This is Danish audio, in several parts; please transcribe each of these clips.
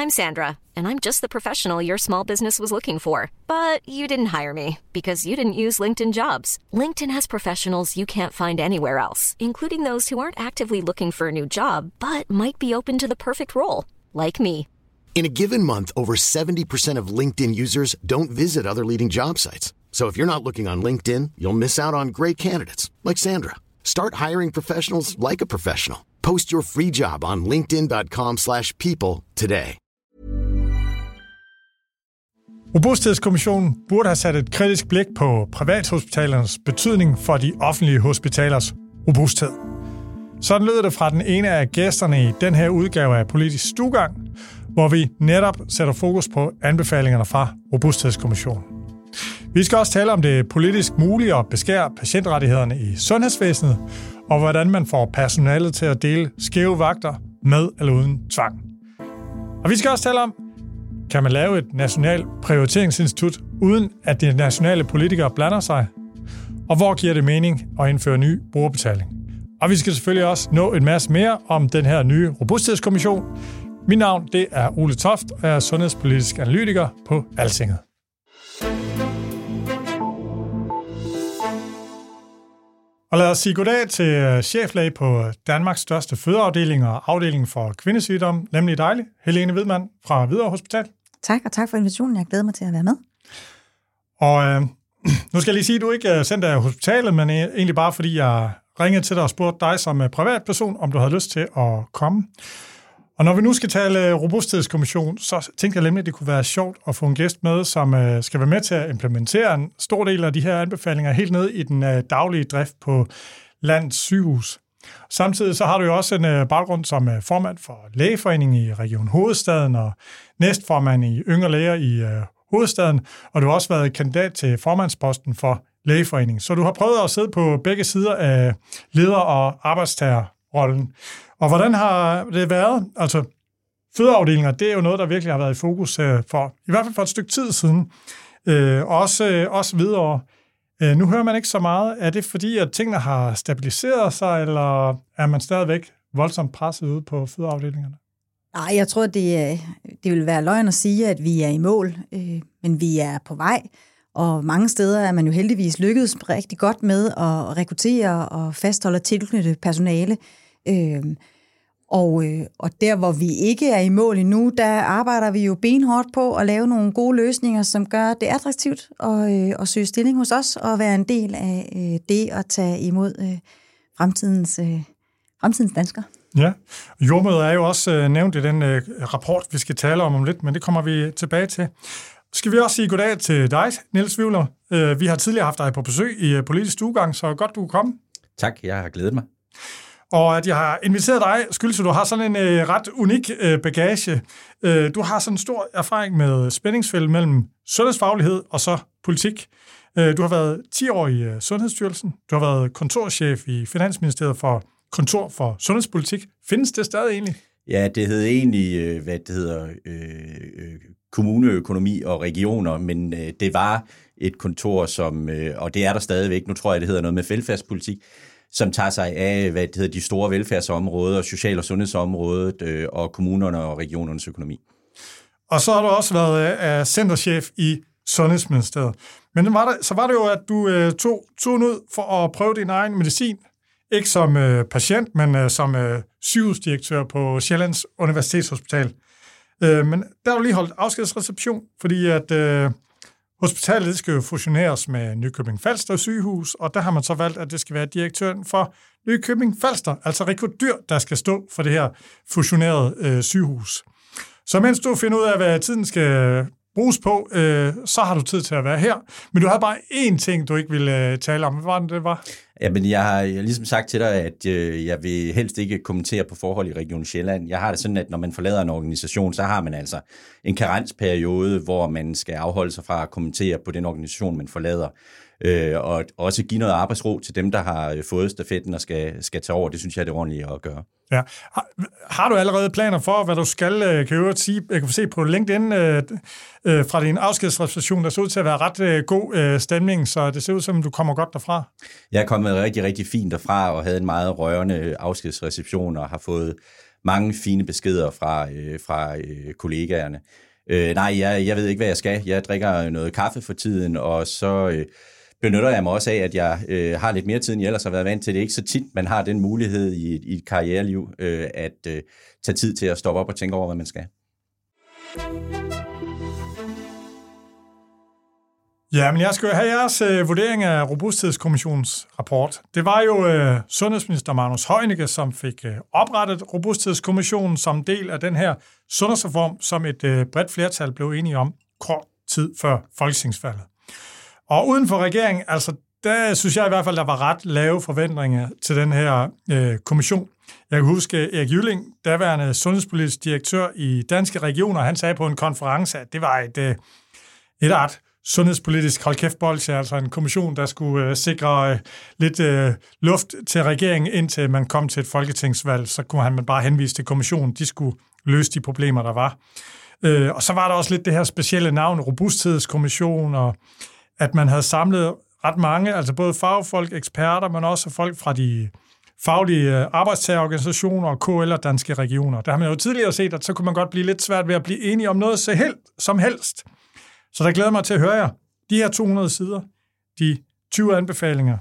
I'm Sandra, and I'm just the professional your small business was looking for. But you didn't hire me because you didn't use LinkedIn Jobs. LinkedIn has professionals you can't find anywhere else, including those who aren't actively looking for a new job, but might be open to the perfect role, like me. In a given month, over 70% of LinkedIn users don't visit other leading job sites. So if you're not looking on LinkedIn, you'll miss out on great candidates like Sandra. Start hiring professionals like a professional. Post your free job on linkedin.com/people today. Robusthedskommissionen burde have sat et kritisk blik på privathospitalernes betydning for de offentlige hospitalers robusthed. Sådan lød det fra den ene af gæsterne i den her udgave af Politisk Stuegang, hvor vi netop sætter fokus på anbefalingerne fra Robusthedskommissionen. Vi skal også tale om det politisk mulige at beskære patientrettighederne i sundhedsvæsenet, og hvordan man får personalet til at dele skæve vagter med eller uden tvang. Og vi skal også tale om, kan man lave et nationalt prioriteringsinstitut, uden at de nationale politikere blander sig? Og hvor giver det mening at indføre ny brugerbetaling? Og vi skal selvfølgelig også nå en masse mere om den her nye Robusthedskommission. Mit navn det er Ole Toft, og jeg er sundhedspolitisk analytiker på Altinget. Og lad os sige goddag til cheflæge på Danmarks største fødeafdeling og afdeling for kvindesygdom, nemlig dejlig, Helene Hvidmann fra Hvidovre Hospital. Tak, og tak for invitationen. Jeg glæder mig til at være med. Og nu skal jeg lige sige, at du ikke er sendt af hospitalet, men egentlig bare fordi jeg ringede til dig og spurgte dig som privatperson, om du havde lyst til at komme. Og når vi nu skal tale Robusthedskommission, så tænkte jeg nemlig, at det kunne være sjovt at få en gæst med, som skal være med til at implementere en stor del af de her anbefalinger helt ned i den daglige drift på landets sygehus. Samtidig så har du jo også en baggrund som formand for Lægeforeningen i Region Hovedstaden og næstformand i Yngre Læger i Hovedstaden, og du har også været kandidat til formandsposten for Lægeforeningen. Så du har prøvet at sidde på begge sider af leder- og arbejdstagerrollen. Og hvordan har det været? Altså, fødeafdelinger, det er jo noget, der virkelig har været i fokus for, i hvert fald for et stykke tid siden. Også videre. Nu hører man ikke så meget. Er det fordi, at tingene har stabiliseret sig, eller er man stadigvæk voldsomt presset ude på fødeafdelingerne? Nej, jeg tror, det vil være løgn at sige, at vi er i mål, men vi er på vej. Og mange steder er man jo heldigvis lykkedes rigtig godt med at rekruttere og fastholde tilknyttet personale. Og der, hvor vi ikke er i mål endnu, der arbejder vi jo benhårdt på at lave nogle gode løsninger, som gør det attraktivt at søge stilling hos os og være en del af det at tage imod fremtidens danskere. Ja, jordmødet er jo også nævnt i den rapport, vi skal tale om lidt, men det kommer vi tilbage til. Skal vi også sige goddag til dig, Niels Wivler. Vi har tidligere haft dig på besøg i Politisk Stuegang, så godt du kom. Tak, jeg har glædet mig. Og at jeg har inviteret dig, skyldes du har sådan en ret unik bagage. Du har sådan en stor erfaring med spændingsfelt mellem sundhedsfaglighed og så politik. Du har været 10 år i Sundhedsstyrelsen. Du har været kontorchef i Finansministeriet for Kontor for Sundhedspolitik. Findes det stadig egentlig? Ja, det hed egentlig, kommuneøkonomi og regioner, men det var et kontor, som, og det er der stadigvæk, nu tror jeg, det hedder noget med velfærdspolitik, som tager sig af, de store velfærdsområder, social- og sundhedsområdet og kommunerne og regionernes økonomi. Og så har du også været centerchef i Sundhedsministeriet. Men så var det jo, at du tog turen ud for at prøve din egen medicin. Ikke som patient, men som sygehusdirektør på Sjællands Universitetshospital. Men der har du lige holdt afskedsreception, fordi at hospitalet skal jo fusioneres med Nykøbing Falster sygehus, og der har man så valgt, at det skal være direktøren for Nykøbing Falster, altså Rico Dyhr, der skal stå for det her fusionerede sygehus. Så mens du finder ud af, hvad tiden skal bruges på, så har du tid til at være her. Men du havde bare én ting, du ikke ville tale om. Hvad var det var? Jamen, jeg har ligesom sagt til dig, at jeg vil helst ikke kommentere på forhold i Region Sjælland. Jeg har det sådan, at når man forlader en organisation, så har man altså en karensperiode, hvor man skal afholde sig fra at kommentere på den organisation, man forlader. Og også give noget arbejdsro til dem, der har fået stafetten og skal tage over. Det synes jeg er det ordentlige at gøre. Ja. Har du allerede planer for, hvad du skal, kan jeg sige? Jeg kan se på LinkedIn fra din afskedsreception, der ser ud til at være ret god stemning, så det ser ud som, du kommer godt derfra. Jeg er kommet rigtig, rigtig fint derfra og havde en meget rørende afskedsreception og har fået mange fine beskeder fra kollegaerne. Nej, jeg ved ikke, hvad jeg skal. Jeg drikker noget kaffe for tiden, og så benytter jeg mig også af, at jeg har lidt mere tid, end jeg ellers har været vant til. Det er ikke så tit, man har den mulighed i et karriereliv, at tage tid til at stoppe op og tænke over, hvad man skal. Ja, men jeg skal jo have jeres vurdering af Robusthedskommissionens rapport. Det var jo sundhedsminister Magnus Heunicke, som fik oprettet Robusthedskommissionen som del af den her sundhedsreform, som et bredt flertal blev enige om kort tid før folketingsvalget. Og uden for regeringen, altså der synes jeg i hvert fald, der var ret lave forventninger til den her kommission. Jeg kan huske Erik Jylling, daværende sundhedspolitisk direktør i Danske Regioner, han sagde på en konference, at det var et art sundhedspolitisk hold kæft bolsje, altså en kommission, der skulle sikre lidt luft til regeringen, indtil man kom til et folketingsvalg. Så kunne man bare henvise til kommissionen, de skulle løse de problemer, der var. Og så var der også lidt det her specielle navn, Robusthedskommission, og at man havde samlet ret mange, altså både fagfolk, eksperter, men også folk fra de faglige arbejdstagerorganisationer og KL og Danske Regioner. Der har man jo tidligere set, at så kunne man godt blive lidt svært ved at blive enige om noget som helst. Så der glæder mig til at høre jer. De her 200 sider, de 20 anbefalinger,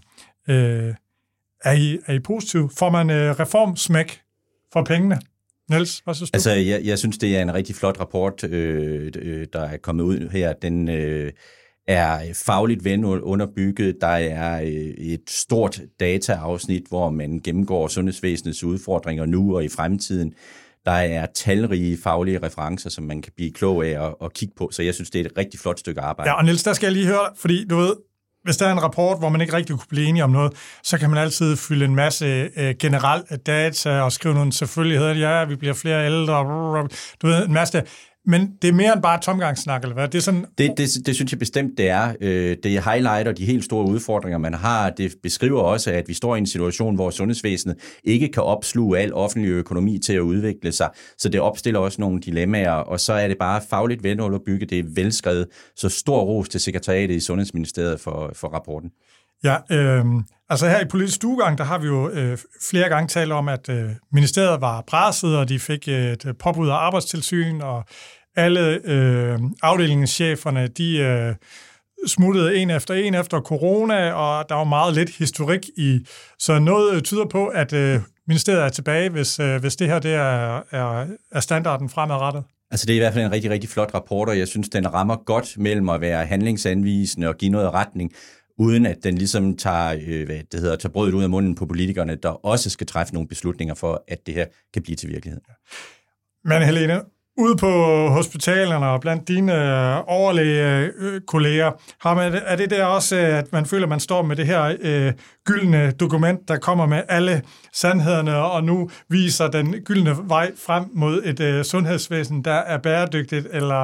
er I positive? Får man reformsmæk for pengene? Niels, hvad synes du? Altså, jeg synes, det er en rigtig flot rapport, der er kommet ud her. Den er fagligt velunderbygget. Der er et stort dataafsnit, hvor man gennemgår sundhedsvæsenets udfordringer nu og i fremtiden. Der er talrige faglige referencer, som man kan blive klog af at kigge på, så jeg synes, det er et rigtig flot stykke arbejde. Ja, og Niels, der skal jeg lige høre, fordi du ved, hvis der er en rapport, hvor man ikke rigtig kunne blive enige om noget, så kan man altid fylde en masse generel data og skrive nogle selvfølgeligheder. Ja, vi bliver flere ældre, du ved, en masse. Men det er mere end bare tomgangssnak, eller hvad? Det er sådan... Det synes jeg bestemt, det er. Det highlighter de helt store udfordringer, man har. Det beskriver også, at vi står i en situation, hvor sundhedsvæsenet ikke kan opsluge al offentlig økonomi til at udvikle sig. Så det opstiller også nogle dilemmaer, og så er det bare fagligt velunderbygget. Det er velskrevet. Så stor ros til sekretariatet i Sundhedsministeriet for rapporten. Ja, altså her i Politisk Stuegang, der har vi jo flere gange talt om, at ministeriet var presset, og de fik et påbud af arbejdstilsyn, og alle afdelingscheferne, de smuttede en efter corona, og der var meget lidt historik i. Så noget tyder på, at ministeriet er tilbage, hvis det her det er standarden fremadrettet. Altså det er i hvert fald en rigtig, rigtig flot rapport, og jeg synes, den rammer godt mellem at være handlingsanvisende og give noget retning, uden at den ligesom tager brødet ud af munden på politikerne, der også skal træffe nogle beslutninger for, at det her kan blive til virkelighed. Men Helene, ude på hospitalerne og blandt dine overlægekolleger, er det der også, at man føler, at man står med det her gyldne dokument, der kommer med alle sandhederne, og nu viser den gyldne vej frem mod et sundhedsvæsen, der er bæredygtigt, eller...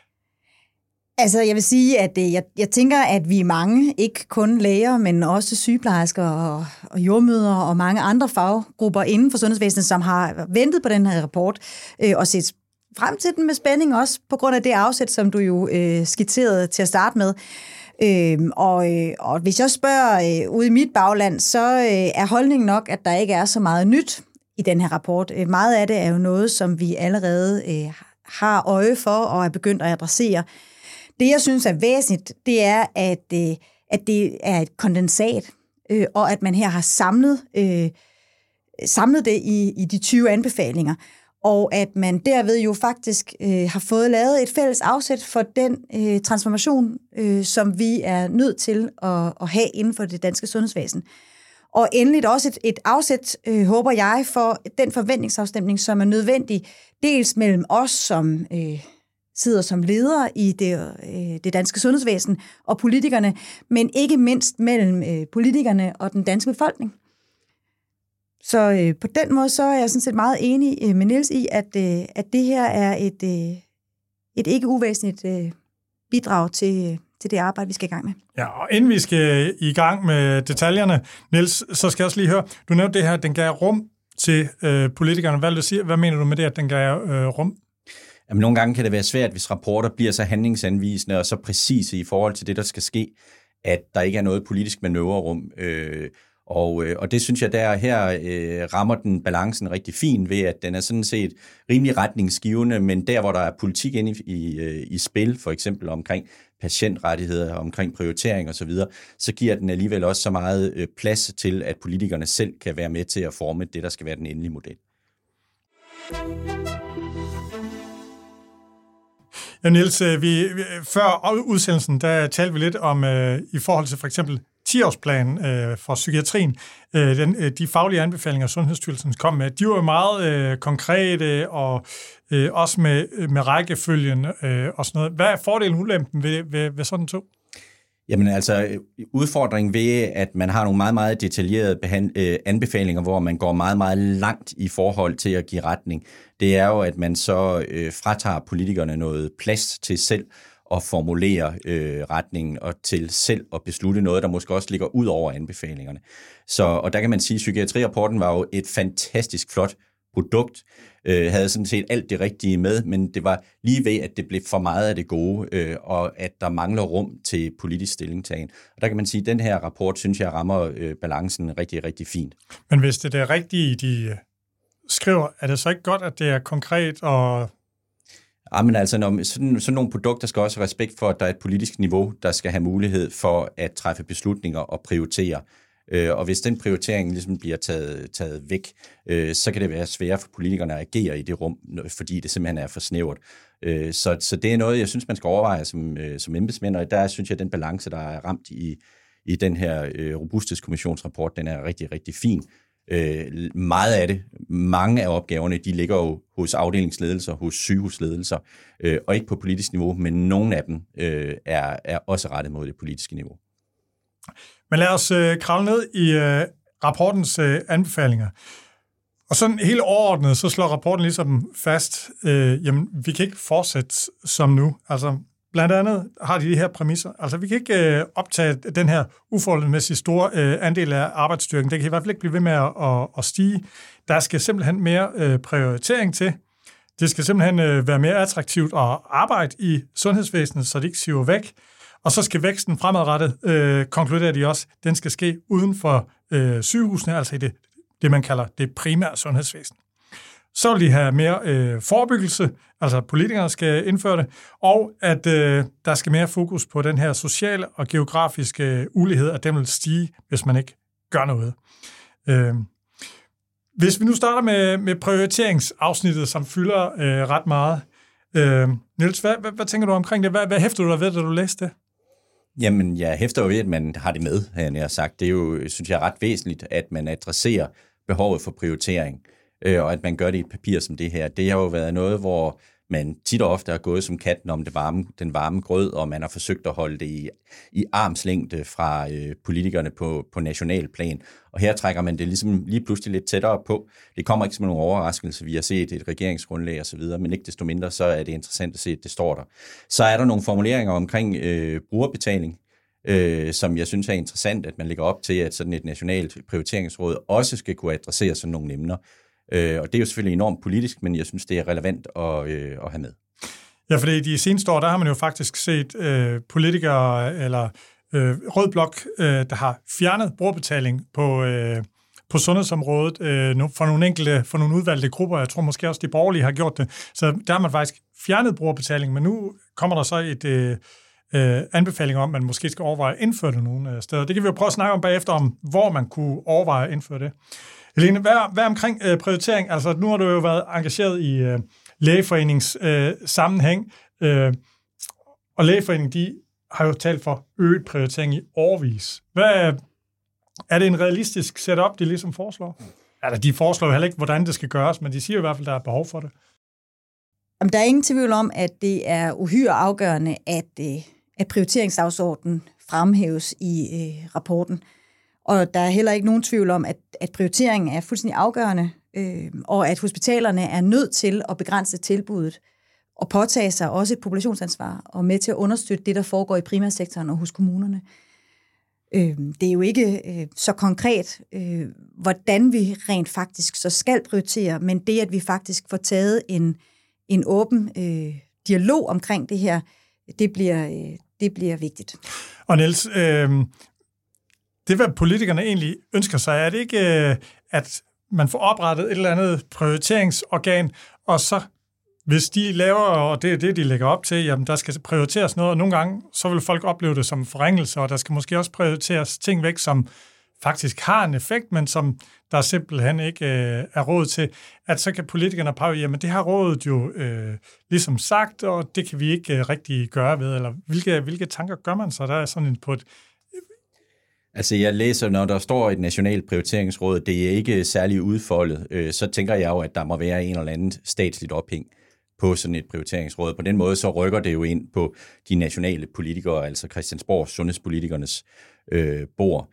Altså, jeg vil sige, at jeg tænker, at vi er mange, ikke kun læger, men også sygeplejersker og jordmødre og mange andre faggrupper inden for sundhedsvæsenet, som har ventet på den her rapport og set frem til den med spænding, også på grund af det afsæt, som du jo skitserede til at starte med. Og hvis jeg spørger ude i mit bagland, så er holdningen nok, at der ikke er så meget nyt i den her rapport. Meget af det er jo noget, som vi allerede har øje for og er begyndt at adressere. Det, jeg synes er væsentligt, det er, at det er et kondensat, og at man her har samlet det i de 20 anbefalinger, og at man derved jo faktisk har fået lavet et fælles afsæt for den transformation, som vi er nødt til at have inden for det danske sundhedsvæsen. Og endelig også et afsæt, håber jeg, for den forventningsafstemning, som er nødvendig, dels mellem os, som sidder som ledere i det danske sundhedsvæsen og politikerne, men ikke mindst mellem politikerne og den danske befolkning. Så på den måde så er jeg sådan set meget enig med Niels i, at det her er et ikke uvæsentligt bidrag til det arbejde, vi skal i gang med. Ja, og inden vi skal i gang med detaljerne, Niels, så skal jeg også lige høre, du nævnte det her, den gav rum til politikerne. Hvad mener du med det, at den gav rum? Jamen, nogle gange kan det være svært, hvis rapporter bliver så handlingsanvisende og så præcise i forhold til det, der skal ske, at der ikke er noget politisk manøvrerum. Og det synes jeg, her rammer den balancen rigtig fint ved, at den er sådan set rimelig retningsgivende, men der, hvor der er politik inde i spil, for eksempel omkring patientrettigheder, omkring prioritering osv., så giver den alligevel også så meget plads til, at politikerne selv kan være med til at forme det, der skal være den endelige model. Ja, Niels, før udsendelsen, der talte vi lidt om, i forhold til for eksempel 10-årsplanen for psykiatrien, de faglige anbefalinger, Sundhedsstyrelsen kom med, de var meget konkrete og også med rækkefølgen og sådan noget. Hvad er fordelen og ulempen ved sådan to? Jamen altså, udfordringen ved, at man har nogle meget, meget detaljerede anbefalinger, hvor man går meget, meget langt i forhold til at give retning, det er jo, at man så fratager politikerne noget plads til selv at formulere retningen og til selv at beslutte noget, der måske også ligger ud over anbefalingerne. Og der kan man sige, at psykiatrirapporten var jo et fantastisk flot produkt, havde sådan set alt det rigtige med, men det var lige ved, at det blev for meget af det gode, og at der mangler rum til politisk stillingtagen. Og der kan man sige, at den her rapport, synes jeg, rammer balancen rigtig, rigtig fint. Men hvis det er det rigtige, de skriver, er det så ikke godt, at det er konkret og... Ja, men altså, sådan nogle produkter skal også have respekt for, at der er et politisk niveau, der skal have mulighed for at træffe beslutninger og prioritere. Og hvis den prioritering ligesom bliver taget væk, så kan det være svært for politikerne at agere i det rum, fordi det simpelthen er for snævert. Så det er noget, jeg synes, man skal overveje som embedsmænd, og der synes jeg, at den balance, der er ramt i den her robusthedskommissionsrapport, den er rigtig, rigtig fin. Meget af det, mange af opgaverne, de ligger jo hos afdelingsledelser, hos sygehusledelser, og ikke på politisk niveau, men nogle af dem er også rettet mod det politiske niveau. Men lad os kravle ned i rapportens anbefalinger. Og sådan helt overordnet, så slår rapporten ligesom fast, jamen, vi kan ikke fortsætte som nu. Altså, blandt andet har de her præmisser. Altså, vi kan ikke optage den her uforholdsmæssigt store andel af arbejdsstyrken. Det kan i hvert fald ikke blive ved med at stige. Der skal simpelthen mere prioritering til. Det skal simpelthen være mere attraktivt at arbejde i sundhedsvæsenet, så det ikke siver væk. Og så skal væksten fremadrettet, konkluderer de også, den skal ske uden for sygehusene, altså i det, man kalder det primære sundhedsvæsen. Så vil de have mere forebyggelse, altså politikerne skal indføre det, og at der skal mere fokus på den her sociale og geografiske ulighed, at den vil stige, hvis man ikke gør noget. Hvis vi nu starter med prioriteringsafsnittet, som fylder ret meget. Niels, hvad tænker du omkring det? Hvad hæfter du dig ved, da du læste det? Jamen, jeg hæfter jo ved, at man har det med, har jeg sagt. Det er jo, synes jeg, ret væsentligt, at man adresserer behovet for prioritering, og at man gør det i et papir som det her. Det har jo været noget, hvor man tit og ofte har gået som katten om den varme grød, og man har forsøgt at holde det i armslængde fra politikerne på national plan. Og her trækker man det ligesom lige pludselig lidt tættere på. Det kommer ikke som nogen overraskelse. Vi har set et regeringsgrundlag osv., men ikke desto mindre, så er det interessant at se, at det står der. Så er der nogle formuleringer omkring brugerbetaling, som jeg synes er interessant, at man lægger op til, at sådan et nationalt prioriteringsråd også skal kunne adressere sådan nogle emner. Og det er jo selvfølgelig enormt politisk, men jeg synes, det er relevant at have med. Ja, fordi de seneste år, der har man jo faktisk set politikere eller rød blok, der har fjernet brugerbetaling på sundhedsområdet for nogle udvalgte grupper. Jeg tror måske også, de borgerlige har gjort det. Så der har man faktisk fjernet brugerbetaling, men nu kommer der så et anbefaling om, at man måske skal overveje at indføre det nogle steder. Det kan vi jo prøve at snakke om bagefter, om hvor man kunne overveje at indføre det. Helene, hvad omkring prioritering? Altså, nu har du jo været engageret i Lægeforeningens sammenhæng, og Lægeforeningen, de har jo talt for øget prioritering i årevis. Er det en realistisk setup, de ligesom foreslår? Altså, de foreslår jo heller ikke, hvordan det skal gøres, men de siger i hvert fald, at der er behov for det. Jamen, der er ingen tvivl om, at det er uhyre afgørende, at prioriteringsdagsordenen fremhæves i rapporten. Og der er heller ikke nogen tvivl om, at prioriteringen er fuldstændig afgørende, og at hospitalerne er nødt til at begrænse tilbuddet og påtage sig også et populationsansvar og med til at understøtte det, der foregår i primærsektoren og hos kommunerne. Det er jo ikke så konkret, hvordan vi rent faktisk så skal prioritere, men det, at vi faktisk får taget en åben dialog omkring det her, det bliver vigtigt. Og Niels, det, hvad politikerne egentlig ønsker sig, er det ikke, at man får oprettet et eller andet prioriteringsorgan, og så, hvis de laver, og det er det, de lægger op til, jamen der skal prioriteres noget, og nogle gange, så vil folk opleve det som forringelse, og der skal måske også prioriteres ting væk, som faktisk har en effekt, men som der simpelthen ikke er råd til, at så kan politikerne pege, jamen det har rådet jo ligesom sagt, og det kan vi ikke rigtig gøre ved, eller hvilke tanker gør man så? Der er sådan en på et... Altså jeg læser, når der står et nationalt prioriteringsråd, det er ikke særlig udfoldet, så tænker jeg jo, at der må være en eller anden statsligt ophæng på sådan et prioriteringsråd. På den måde så rykker det jo ind på de nationale politikere, altså Christiansborg sundhedspolitikernes bord.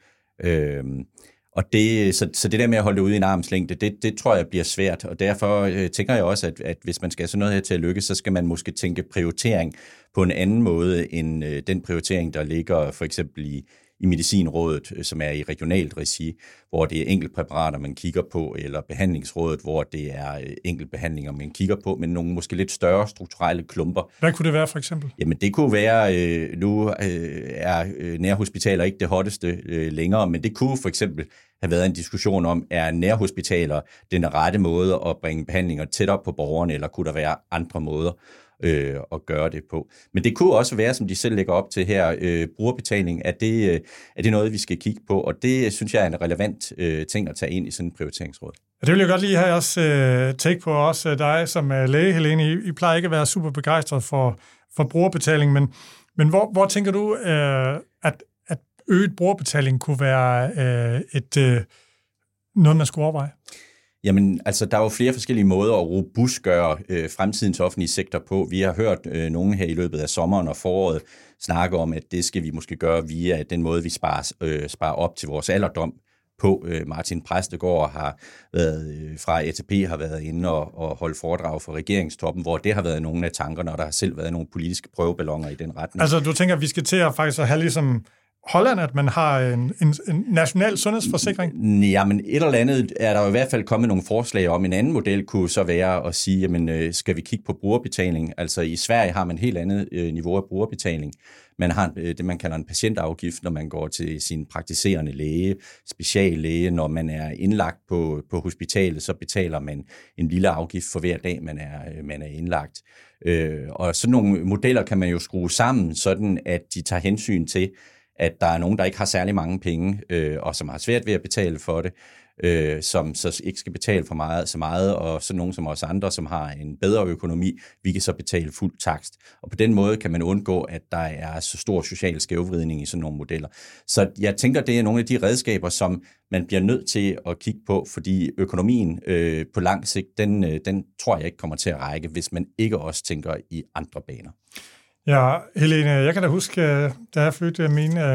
Og så det der med at holde det ude i en armslængde, det tror jeg bliver svært, og derfor tænker jeg også, at hvis man skal have sådan noget her til at lykkes, så skal man måske tænke prioritering på en anden måde end den prioritering, der ligger for eksempel i Medicinrådet, som er i regionalt regi, hvor det er enkeltpræparater, man kigger på, eller behandlingsrådet, hvor det er enkeltbehandlinger, man kigger på, men nogle måske lidt større strukturelle klumper. Hvad kunne det være for eksempel? Jamen det kunne være, nu er nærhospitaler ikke det hotteste længere, men det kunne for eksempel have været en diskussion om, er nærhospitaler den rette måde at bringe behandlinger tættere på borgerne, eller kunne der være andre måder at gøre det på. Men det kunne også være, som de selv lægger op til her, brugerbetaling, at det er noget, vi skal kigge på, og det synes jeg er en relevant ting at tage ind i sådan en prioriteringsråd. Det vil jeg godt lige have også take på også dig som læge, Helene. I plejer ikke at være super begejstret for brugerbetaling, men hvor tænker du, at øget brugerbetaling kunne være noget, man skulle overveje? Jamen, altså, der er jo flere forskellige måder at robustgøre fremtidens offentlige sektor på. Vi har hørt nogen her i løbet af sommeren og foråret snakke om, at det skal vi måske gøre via den måde, vi sparer op til vores alderdom på. Martin Præstegård har været fra ATP har været inde og holdt foredrag for regeringstoppen, hvor det har været nogle af tankerne, og der har selv været nogle politiske prøveballoner i den retning. Altså, du tænker, at vi skal til at faktisk have ligesom Holland, at man har en national sundhedsforsikring? Jamen, et eller andet er der jo i hvert fald kommet nogle forslag om. En anden model kunne så være at sige, jamen, skal vi kigge på brugerbetaling? Altså, i Sverige har man et helt andet niveau af brugerbetaling. Man har det, man kalder en patientafgift, når man går til sin praktiserende læge, speciallæge. Når man er indlagt på hospitalet, så betaler man en lille afgift for hver dag, man er indlagt. Og sådan nogle modeller kan man jo skrue sammen, sådan at de tager hensyn til, at der er nogen, der ikke har særlig mange penge, og som har svært ved at betale for det, som så ikke skal betale for så meget, og så nogen som os andre, som har en bedre økonomi, vi kan så betale fuld takst. Og på den måde kan man undgå, at der er så stor social skævvridning i sådan nogle modeller. Så jeg tænker, det er nogle af de redskaber, som man bliver nødt til at kigge på, fordi økonomien på lang sigt, den tror jeg ikke kommer til at række, hvis man ikke også tænker i andre baner. Ja, Helene, jeg kan da huske, da jeg fødte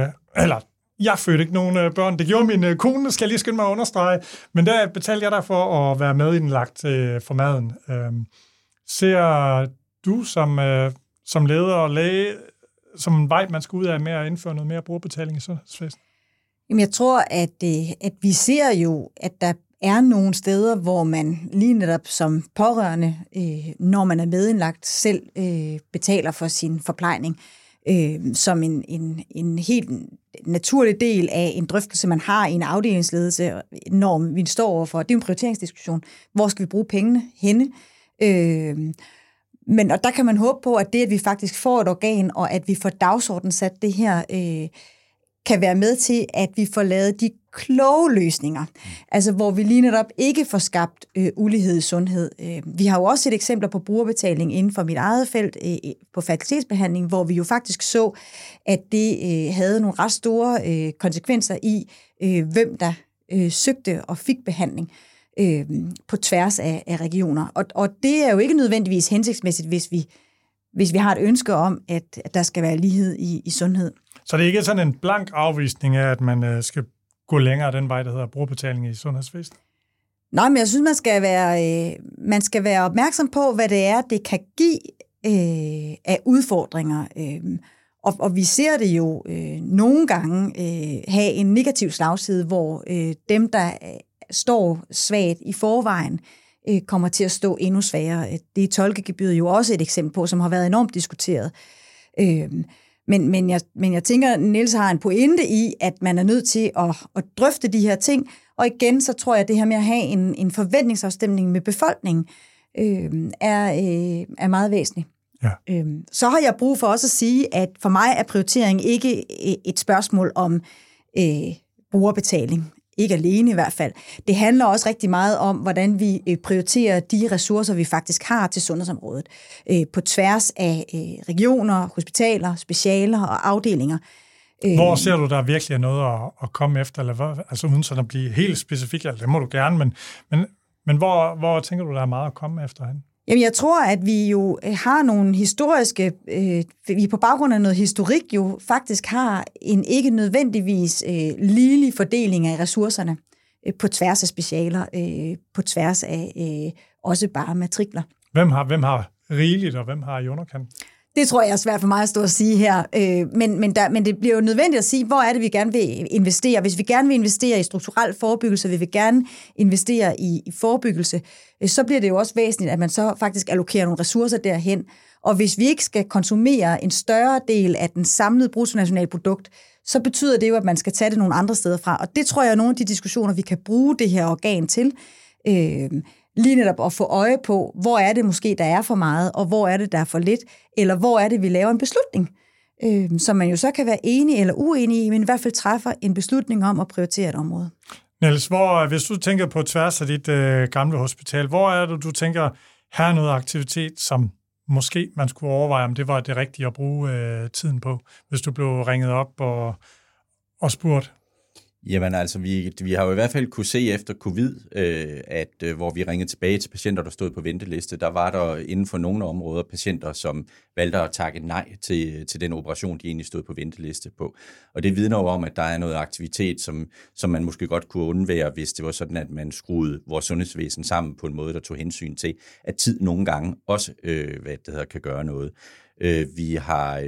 jeg fødte ikke nogen børn. Det gjorde min kone, skal jeg lige skynde mig at understrege, men der betalte jeg dig for at være medindlagt for maden. Ser du som leder og læge, som en vej, man skal ud af med at indføre noget mere brugerbetaling i sundhedsvæsenet? Jamen, jeg tror, at vi ser jo, at der er nogle steder, hvor man lige netop som pårørende, når man er medindlagt, selv betaler for sin forplejning, som en helt naturlig del af en drøftelse, man har i en afdelingsledelse, når vi står overfor. Det er en prioriteringsdiskussion. Hvor skal vi bruge pengene henne? Men og der kan man håbe på, at det, at vi faktisk får et organ, og at vi får dagsordenen sat det her, kan være med til, at vi får lavet de kloge løsninger. Altså, hvor vi lige netop ikke får skabt ulighed i sundhed. Vi har jo også set eksempler på brugerbetaling inden for mit eget felt på fertilitetsbehandling, hvor vi jo faktisk så, at det havde nogle ret store konsekvenser i, hvem der søgte og fik behandling på tværs af regioner. Og det er jo ikke nødvendigvis hensigtsmæssigt, hvis vi har et ønske om, at der skal være lighed i sundhed. Så det er ikke sådan en blank afvisning af, at man skal gå længere den vej, der hedder brugerbetaling i sundhedsvæsenet? Nej, men jeg synes, man skal være opmærksom på, hvad det er, det kan give af udfordringer. Og vi ser det jo nogle gange have en negativ slagside, hvor dem, der står svagt i forvejen, kommer til at stå endnu svagere. Det er tolkegebyret jo også et eksempel på, som har været enormt diskuteret. Men jeg tænker, Niels har en pointe i, at man er nødt til at drøfte de her ting, og igen, så tror jeg, at det her med at have en forventningsafstemning med befolkningen er meget væsentligt. Ja. Så har jeg brug for også at sige, at for mig er prioritering ikke et spørgsmål om brugerbetaling. Ikke alene i hvert fald. Det handler også rigtig meget om, hvordan vi prioriterer de ressourcer, vi faktisk har til sundhedsområdet. På tværs af regioner, hospitaler, specialer og afdelinger. Hvor ser du, der virkelig er noget at komme efter? Eller hvad? Altså uden sådan at blive helt specifik, altså, det må du gerne, men hvor tænker du, der er meget at komme efter hen? Jamen, jeg tror, at vi jo har nogle historiske, vi på baggrund af noget historik jo faktisk har en ikke nødvendigvis ligelig fordeling af ressourcerne på tværs af specialer, på tværs af også bare matrikler. Hvem har rigeligt, og hvem har i underkant? Det tror jeg er svært for mig at stå og sige her, men det bliver jo nødvendigt at sige, hvor er det, vi gerne vil investere. Hvis vi gerne vil investere i strukturel forebyggelse, vil vi gerne investere i forebyggelse, så bliver det jo også væsentligt, at man så faktisk allokerer nogle ressourcer derhen. Og hvis vi ikke skal konsumere en større del af den samlede bruttonationalprodukt, så betyder det jo, at man skal tage det nogle andre steder fra. Og det tror jeg er nogle af de diskussioner, vi kan bruge det her organ til. Lige netop at få øje på, hvor er det måske, der er for meget, og hvor er det, der er for lidt, eller hvor er det, vi laver en beslutning, som man jo så kan være enig eller uenig i, men i hvert fald træffer en beslutning om at prioritere et område. Niels, hvis du tænker på tværs af dit gamle hospital, hvor er det, du tænker, her er noget aktivitet, som måske man skulle overveje, om det var det rigtige at bruge tiden på, hvis du blev ringet op og spurgt? Jamen altså, vi har jo i hvert fald kunne se efter covid, at hvor vi ringede tilbage til patienter, der stod på venteliste, der var der inden for nogle områder patienter, som valgte at takke nej til den operation, de egentlig stod på venteliste på. Og det vidner jo om, at der er noget aktivitet, som man måske godt kunne undvære, hvis det var sådan, at man skruede vores sundhedsvæsen sammen på en måde, der tog hensyn til, at tid nogle gange også kan gøre noget. Vi har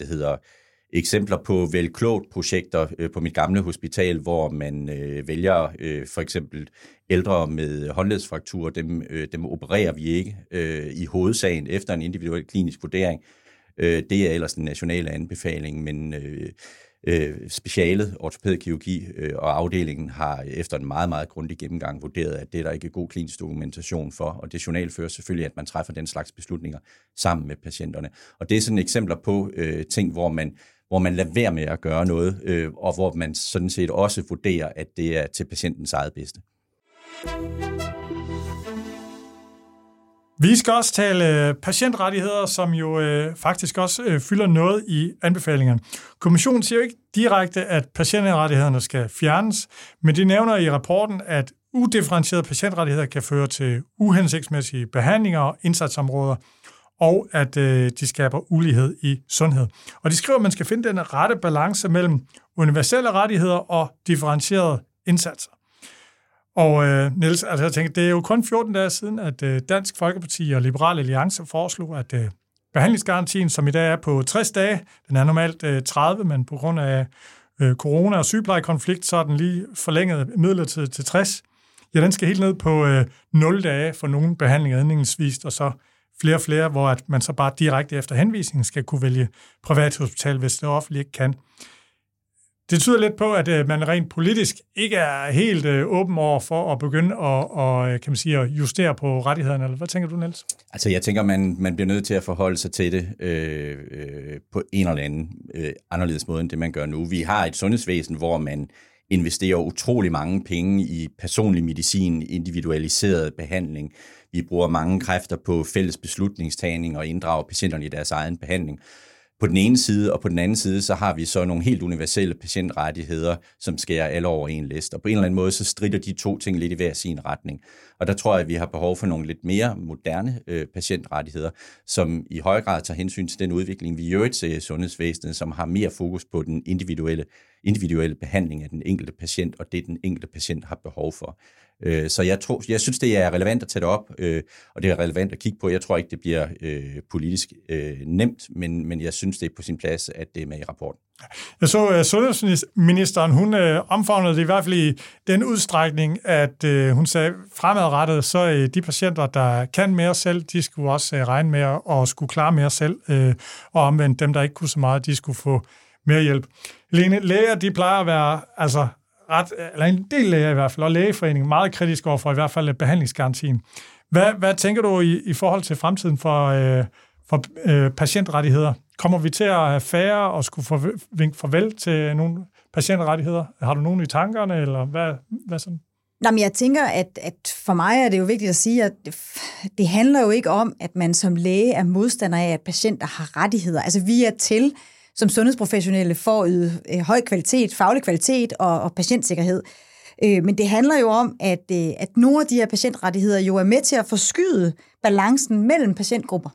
eksempler på velklogt-projekter på mit gamle hospital, hvor man vælger for eksempel ældre med håndledsfrakturer, dem opererer vi ikke i hovedsagen efter en individuel klinisk vurdering. Det er ellers den nationale anbefaling, men specialet, ortopædkirurgi og afdelingen har efter en meget, meget grundig gennemgang vurderet, at det er der ikke god klinisk dokumentation for, og det journalfører selvfølgelig, at man træffer den slags beslutninger sammen med patienterne. Og det er sådan eksempler på ting, hvor man lader være med at gøre noget, og hvor man sådan set også vurderer, at det er til patientens eget bedste. Vi skal også tale patientrettigheder, som jo faktisk også fylder noget i anbefalingerne. Kommissionen siger jo ikke direkte, at patientrettighederne skal fjernes, men de nævner i rapporten, at udifferentierede patientrettigheder kan føre til uhensigtsmæssige behandlinger og indsatsområder, og at de skaber ulighed i sundhed. Og de skriver, at man skal finde den rette balance mellem universelle rettigheder og differentierede indsatser. Og Niels, altså jeg tænker, det er jo kun 14 dage siden, at Dansk Folkeparti og Liberal Alliance foreslog, at behandlingsgarantien, som i dag er på 60 dage, den er normalt 30, men på grund af corona- og sygeplejekonflikt, så er den lige forlænget midlertidigt til 60. Ja, den skal helt ned på 0 dage for nogle behandlinger indledningsvis, og så flere og flere, hvor at man så bare direkte efter henvisningen skal kunne vælge privathospital, hvis det offentligt ikke kan. Det tyder lidt på, at man rent politisk ikke er helt åben over for at begynde at justere på rettighederne. Eller hvad tænker du, Niels? Altså, jeg tænker, man bliver nødt til at forholde sig til det på en eller anden anderledes måde, end det man gør nu. Vi har et sundhedsvæsen, hvor man investerer utrolig mange penge i personlig medicin, individualiseret behandling. Vi bruger mange kræfter på fælles beslutningstagning og inddrager patienterne i deres egen behandling. På den ene side, og på den anden side, så har vi så nogle helt universelle patientrettigheder, som skærer alle over en liste. Og på en eller anden måde, så strider de to ting lidt i hver sin retning. Og der tror jeg, at vi har behov for nogle lidt mere moderne patientrettigheder, som i høj grad tager hensyn til den udvikling, vi i øvrigt ser i sundhedsvæsenet, som har mere fokus på den individuelle behandling af den enkelte patient, og det den enkelte patient har behov for. Så jeg synes, det er relevant at tage det op, og det er relevant at kigge på. Jeg tror ikke, det bliver politisk nemt, men jeg synes, det er på sin plads, at det er med i rapporten. Jeg så sundhedsministeren, hun omfavnede det i hvert fald i den udstrækning, at hun sagde, fremadrettet, så de patienter, der kan mere selv, de skulle også regne med at skulle klare mere selv, og omvendt dem, der ikke kunne så meget, de skulle få mere hjælp. Lene, læger, de plejer at være, altså eller en del læger i hvert fald, og Lægeforeningen meget kritisk over for i hvert fald behandlingsgarantien. Hvad tænker du i forhold til fremtiden for patientrettigheder? Kommer vi til at have færre og skulle vinke farvel til nogle patientrettigheder? Har du nogen i tankerne, eller hvad sådan? Jamen, jeg tænker, at for mig er det jo vigtigt at sige, at det handler jo ikke om, at man som læge er modstander af, at patienter har rettigheder. Altså, vi er til som sundhedsprofessionelle for at yde høj kvalitet, faglig kvalitet og patientsikkerhed. Men det handler jo om, at nogle af de her patientrettigheder jo er med til at forskyde balancen mellem patientgrupper.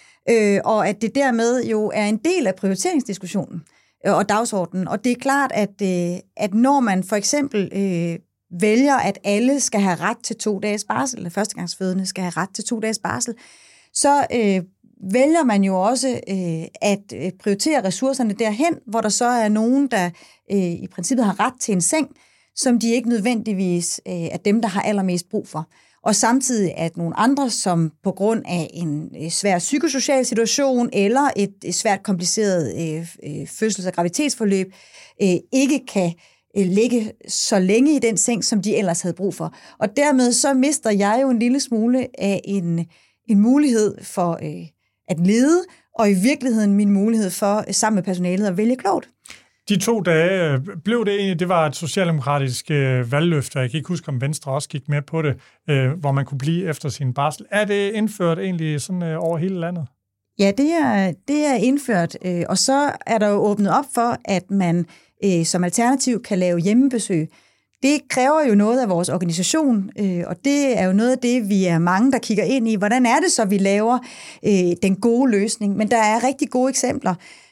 Og at det dermed jo er en del af prioriteringsdiskussionen og dagsordenen. Og det er klart, at når man for eksempel vælger, at alle skal have ret til 2 dages barsel, eller førstegangsfødende skal have ret til 2 dages barsel, så vælger man jo også at prioritere ressourcerne derhen, hvor der så er nogen, der i princippet har ret til en seng, som de ikke nødvendigvis er dem, der har allermest brug for. Og samtidig at nogle andre, som på grund af en svær psykosocial situation eller et svært kompliceret fødsels- og graviditetsforløb, ikke kan ligge så længe i den seng, som de ellers havde brug for. Og dermed så mister jeg jo en lille smule af en mulighed for at lede, og i virkeligheden min mulighed for sammen med personalet at vælge klogt. De 2 dage, blev det egentlig, det var et socialdemokratisk valgløfte, jeg kan ikke huske, om Venstre også gik med på det, hvor man kunne blive efter sin barsel. Er det indført egentlig sådan over hele landet? Ja, det er indført, og så er der jo åbnet op for, at man som alternativ kan lave hjemmebesøg. Det kræver jo noget af vores organisation, og det er jo noget af det, vi er mange, der kigger ind i. Hvordan er det så, vi laver den gode løsning? Men der er rigtig gode eksempler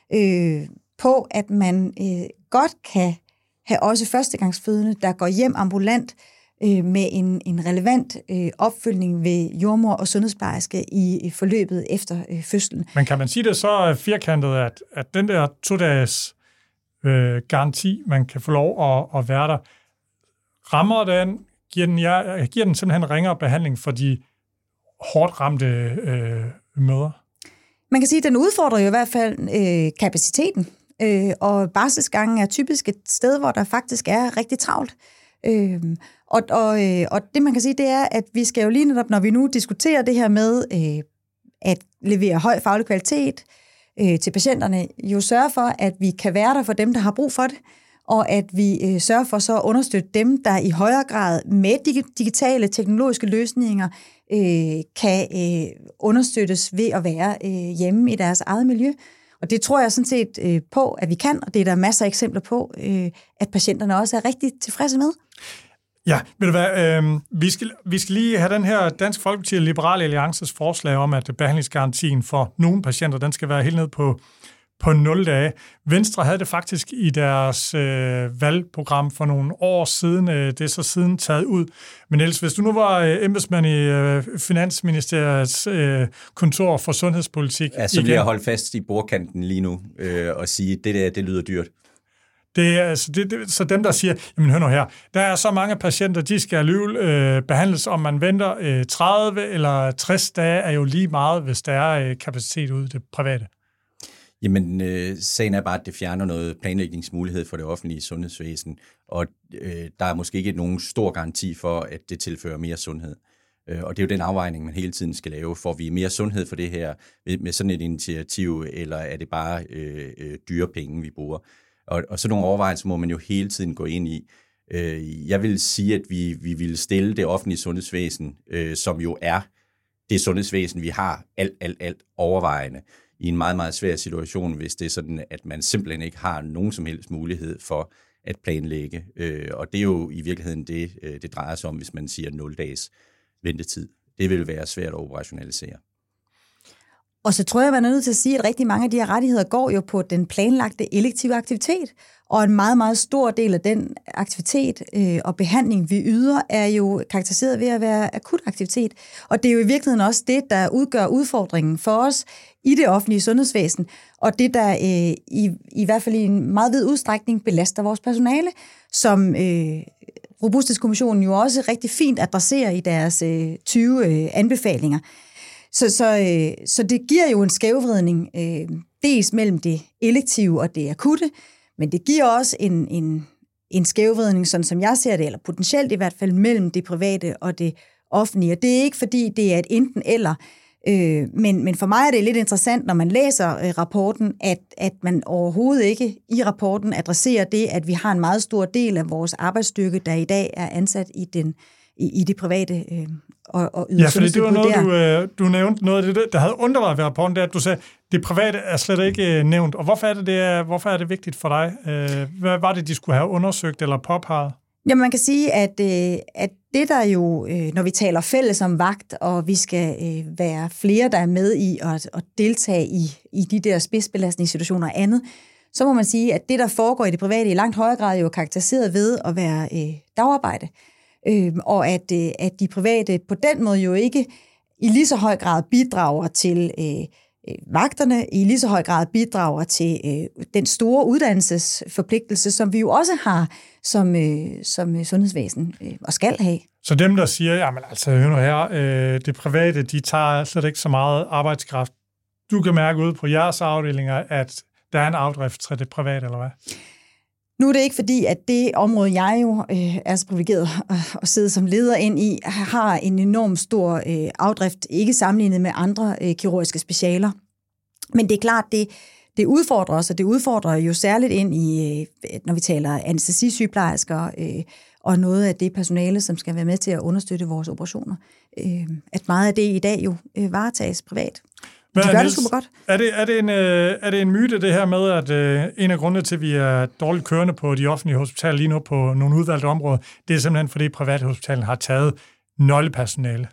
på, at man godt kan have også førstegangsfødende, der går hjem ambulant med en relevant opfølgning ved jordmor og sundhedsplejerske i forløbet efter fødslen. Men kan man sige det så firkantet, at den der 2-dages garanti, man kan få lov at være der, rammer den, giver den simpelthen ringere behandling for de hårdt ramte mødre? Man kan sige, at den udfordrer jo i hvert fald kapaciteten, og barselsgangen er typisk et sted, hvor der faktisk er rigtig travlt. Og det man kan sige, det er, at vi skal jo lige netop, når vi nu diskuterer det her med at levere høj faglig kvalitet til patienterne, jo sørge for, at vi kan være der for dem, der har brug for det, og at vi sørger for så at understøtte dem, der i højere grad med digitale teknologiske løsninger kan understøttes ved at være hjemme i deres eget miljø. Og det tror jeg sådan set på, at vi kan, og det er der masser af eksempler på, at patienterne også er rigtig tilfredse med. Ja, ved du hvad, vi skal lige have den her Dansk Folkeparti og Liberale Alliances forslag om, at behandlingsgarantien for nogle patienter, den skal være helt ned på 0 dage. Venstre havde det faktisk i deres valgprogram for nogle år siden. Det er så siden taget ud. Men ellers, hvis du nu var embedsmand i Finansministeriets kontor for sundhedspolitik... Ja, så bliver jeg holdt fast i bordkanten lige nu og sige, det lyder dyrt. Det er så dem, der siger, jamen hør nu her, der er så mange patienter, de skal alligevel behandles, om man venter 30 eller 60 dage, er jo lige meget, hvis der er kapacitet ude i det private. Jamen, sagen er bare, at det fjerner noget planlægningsmulighed for det offentlige sundhedsvæsen, og der er måske ikke nogen stor garanti for, at det tilfører mere sundhed. Og det er jo den afvejning, man hele tiden skal lave. Får vi mere sundhed for det her med sådan et initiativ, eller er det bare dyre penge, vi bruger? Og sådan nogle overvejelser må man jo hele tiden gå ind i. Jeg vil sige, at vi vil stille det offentlige sundhedsvæsen, som jo er det sundhedsvæsen, vi har alt overvejende, i en meget, meget svær situation, hvis det er sådan, at man simpelthen ikke har nogen som helst mulighed for at planlægge. Og det er jo i virkeligheden det drejer sig om, hvis man siger 0 dages ventetid. Det vil være svært at operationalisere. Og så tror jeg, man er nødt til at sige, at rigtig mange af de her rettigheder går jo på den planlagte elektive aktivitet. Og en meget, meget stor del af den aktivitet og behandling, vi yder, er jo karakteriseret ved at være akut aktivitet. Og det er jo i virkeligheden også det, der udgør udfordringen for os i det offentlige sundhedsvæsen, og det, der i hvert fald i en meget vid udstrækning belaster vores personale, som Robusthedskommissionen jo også rigtig fint adresserer i deres 20 anbefalinger. Så det giver jo en skævvridning, dels mellem det elektive og det akutte, men det giver også en skævvridning, sådan som jeg ser det, eller potentielt i hvert fald, mellem det private og det offentlige. Og det er ikke, fordi det er et enten eller, men for mig er det lidt interessant, når man læser rapporten, at man overhovedet ikke i rapporten adresserer det, at vi har en meget stor del af vores arbejdsstyrke, der i dag er ansat i det private og ja, fordi det var noget, du nævnte noget af det, der havde undret mig ved rapporten, det er, at du sagde, at det private er slet ikke nævnt. Og hvorfor er det vigtigt for dig? Hvad var det, de skulle have undersøgt eller påpeget? Jamen, man kan sige, at det der jo, når vi taler fælles om vagt, og vi skal være flere, der er med i at deltage i de der spidsbelastningssituationer og andet, så må man sige, at det, der foregår i det private, i langt højere grad er jo karakteriseret ved at være dagarbejde. Og at de private på den måde jo ikke i lige så høj grad bidrager til vagterne, i lige så høj grad bidrager til den store uddannelsesforpligtelse, som vi jo også har som sundhedsvæsen og skal have. Så dem, der siger, jamen altså, hør nu her, det private, de tager slet ikke så meget arbejdskraft. Du kan mærke ud på jeres afdelinger, at der er en afdrift til det private, eller hvad? Nu er det ikke fordi, at det område, jeg jo er så privilegeret at sidde som leder ind i, har en enorm stor afdrift, ikke sammenlignet med andre kirurgiske specialer. Men det er klart, det udfordrer os, og det udfordrer jo særligt ind i, når vi taler anæstesisygeplejersker og noget af det personale, som skal være med til at understøtte vores operationer. At meget af det i dag jo varetages privat. De gør det super godt. Er det en myte, det her med, at en af grundene til, at vi er dårligt kørende på de offentlige hospitaler lige nu på nogle udvalgte områder, det er simpelthen, fordi private hospitaler har taget nøglepersonale?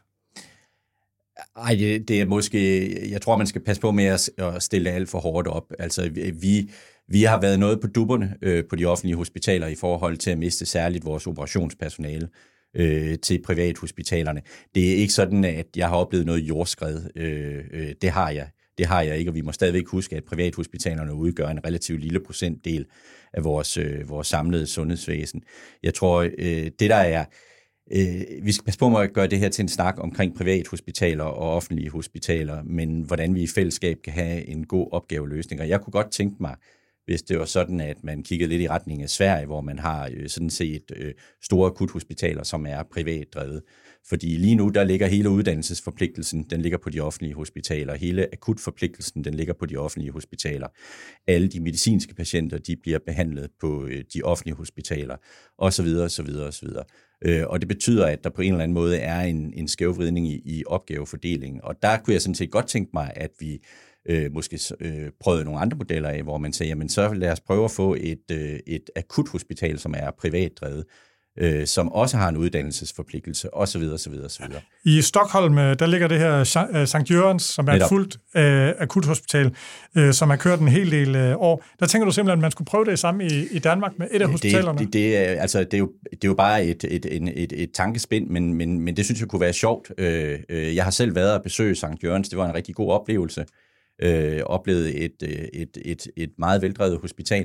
Ej, det er måske... Jeg tror, man skal passe på med at stille alt for hårdt op. Altså, vi har været noget på dupperne på de offentlige hospitaler i forhold til at miste særligt vores operationspersonale til privathospitalerne. Det er ikke sådan, at jeg har oplevet noget jordskred. Det har jeg ikke, og vi må stadigvæk huske, at privathospitalerne udgør en relativt lille procentdel af vores samlede sundhedsvæsen. Jeg tror, det der er... Vi skal passe på med at gøre det her til en snak omkring privathospitaler og offentlige hospitaler, men hvordan vi i fællesskab kan have en god opgaveløsning. Og jeg kunne godt tænke mig, hvis det var sådan, at man kiggede lidt i retning af Sverige, hvor man har sådan set store akuthospitaler, som er privat drevet. Fordi lige nu, der ligger hele uddannelsesforpligtelsen, den ligger på de offentlige hospitaler. Hele akutforpligtelsen, den ligger på de offentlige hospitaler. Alle de medicinske patienter, de bliver behandlet på de offentlige hospitaler, osv., osv., osv. Og det betyder, at der på en eller anden måde er en skævvridning i opgavefordelingen. Og der kunne jeg sådan set godt tænke mig, at vi måske prøvede nogle andre modeller af, hvor man siger, jamen så lad os prøve at få et akuthospital, som er privat drevet, som også har en uddannelsesforpligtelse, osv., osv., osv. I Stockholm, der ligger det her Sankt Jørgens, som er et fuldt akuthospital, som har kørt en hel del år. Der tænker du simpelthen, at man skulle prøve det samme i Danmark med et af hospitalerne? Det er jo bare et tankespind, men det synes jeg kunne være sjovt. Jeg har selv været og besøge Sankt Jørgens. Det var en rigtig god oplevelse. Oplevede et meget veldrevet hospital.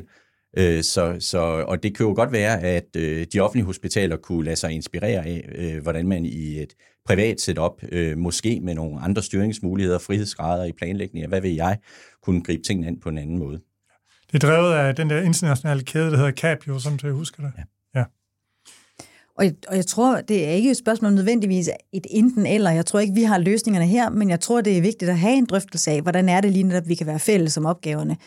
Og det kan jo godt være, at de offentlige hospitaler kunne lade sig inspirere af, hvordan man i et privat setup, måske med nogle andre styringsmuligheder, frihedsgrader i planlægning, hvad vil jeg, kunne gribe tingene ind på en anden måde. Det er drevet af den der internationale kæde, der hedder Capio, som jeg husker det. Ja. Og jeg tror, det er ikke et spørgsmål nødvendigvis et enten eller. Jeg tror ikke, vi har løsningerne her, men jeg tror, det er vigtigt at have en drøftelse af, hvordan er det lige netop, vi kan være fælles om opgaverne.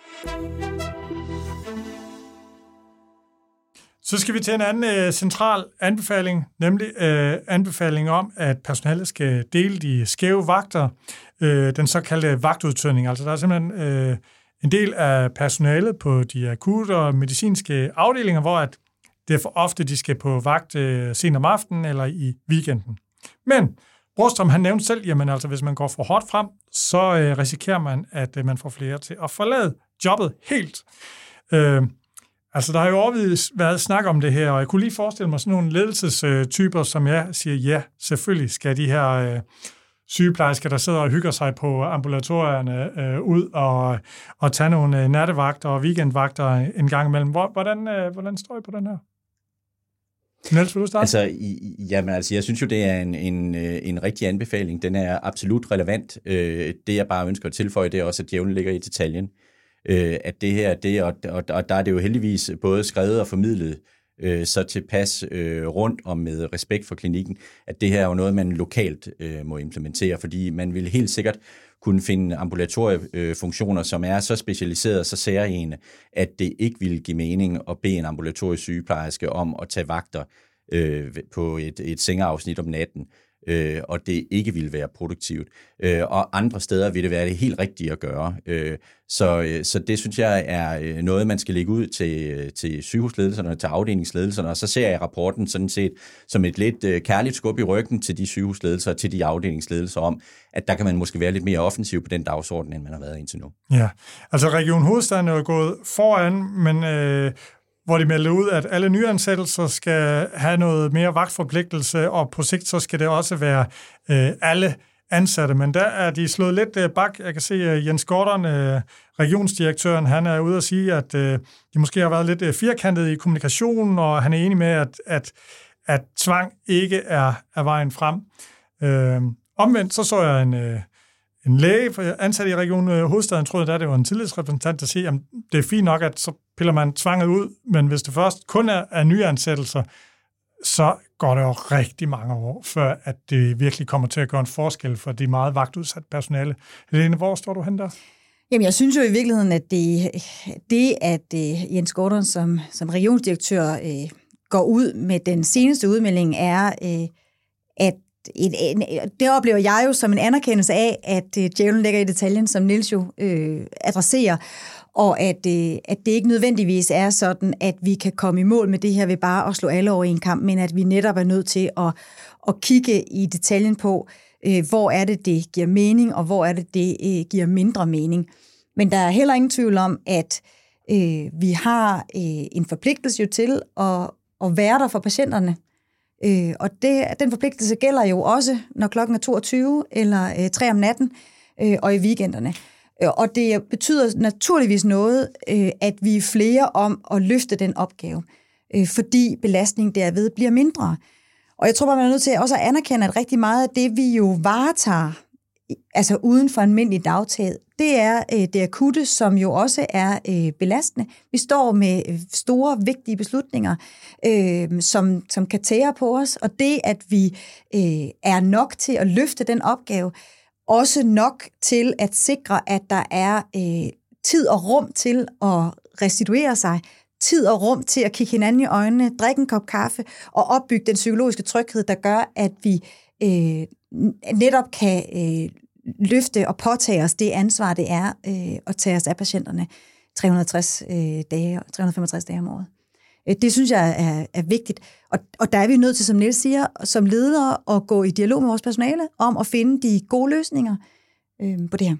Så skal vi til en anden central anbefaling, nemlig anbefaling om, at personalet skal dele de skæve vagter, den såkaldte vagtudtødning. Altså der er simpelthen en del af personalet på de akutte og medicinske afdelinger, hvor at det er for ofte, de skal på vagt sent om aftenen eller i weekenden. Men Brostrøm, han nævnte selv, jamen altså, hvis man går for hårdt frem, så risikerer man, at man får flere til at forlade jobbet helt. Altså, der har jo overvist været snak om det her, og jeg kunne lige forestille mig sådan nogle ledelsestyper, som jeg siger, ja, selvfølgelig skal de her sygeplejersker, der sidder og hygger sig på ambulatorierne ud og tage nogle nattevagter og weekendvagter en gang imellem. Hvordan står I på den her? Niels, vil du starte? Altså, jeg synes jo, det er en rigtig anbefaling. Den er absolut relevant. Det, jeg bare ønsker at tilføje, det er også, at djævlen ligger i detaljen. At det her, og der er det jo heldigvis både skrevet og formidlet så tilpas rundt og med respekt for klinikken, at det her er jo noget, man lokalt må implementere, fordi man vil helt sikkert kunne finde ambulatoriefunktioner, som er så specialiserede og så særlige, at det ikke vil give mening at bede en ambulatorisk sygeplejerske om at tage vagter på et sengeafsnit om natten, og det ikke vil være produktivt. Og andre steder vil det være det helt rigtige at gøre. Så det synes jeg er noget, man skal lægge ud til sygehusledelserne og til afdelingsledelserne, og så ser jeg rapporten sådan set som et lidt kærligt skub i ryggen til de sygehusledelser og til de afdelingsledelser om, at der kan man måske være lidt mere offensiv på den dagsorden, end man har været indtil nu. Ja, altså Region Hovedstaden er jo gået foran, men hvor de melder ud, at alle nyansættelser skal have noget mere vagtforpligtelse, og på sigt så skal det også være alle ansatte. Men der er de slået lidt bak. Jeg kan se, Jens Gordon, regionsdirektøren, han er ude at sige, at de måske har været lidt firkantede i kommunikationen, og han er enig med, at tvang ikke er vejen frem. Omvendt så jeg en læge ansat i Region Hovedstaden, troede, det var en tillidsrepræsentant, der siger, at det er fint nok, at så piller man tvanget ud, men hvis det først kun er nyansættelser, så går det jo rigtig mange år, før at det virkelig kommer til at gøre en forskel for de meget vagtudsatte personale. Helene, hvor står du hen der? Jamen, jeg synes jo i virkeligheden, at det at Jens Gordon som regionsdirektør går ud med den seneste udmelding, er, at det oplever jeg jo som en anerkendelse af, at djævlen ligger i detaljen, som Niels jo adresserer, og at det ikke nødvendigvis er sådan, at vi kan komme i mål med det her ved bare at slå alle over i en kamp, men at vi netop er nødt til at kigge i detaljen på, hvor er det giver mening, og hvor er det giver mindre mening. Men der er heller ingen tvivl om, at vi har en forpligtelse jo til at være der for patienterne. Og den forpligtelse gælder jo også, når klokken er 22 eller 3 om natten og i weekenderne. Og det betyder naturligvis noget, at vi er flere om at løfte den opgave, fordi belastningen derved bliver mindre. Og jeg tror bare, man er nødt til også at anerkende, at rigtig meget af det, vi jo varetager, altså uden for almindelig dagtag, det er det akutte, som jo også er belastende. Vi står med store, vigtige beslutninger, som kan tære på os, og det, at vi er nok til at løfte den opgave, også nok til at sikre, at der er tid og rum til at restituere sig, tid og rum til at kigge hinanden i øjnene, drikke en kop kaffe og opbygge den psykologiske tryghed, der gør, at vi netop kan løfte og påtage os det ansvar, det er at tage os af patienterne 365 dage om året. Det synes jeg er vigtigt. Og der er vi nødt til, som Niels siger, som ledere at gå i dialog med vores personale om at finde de gode løsninger på det her.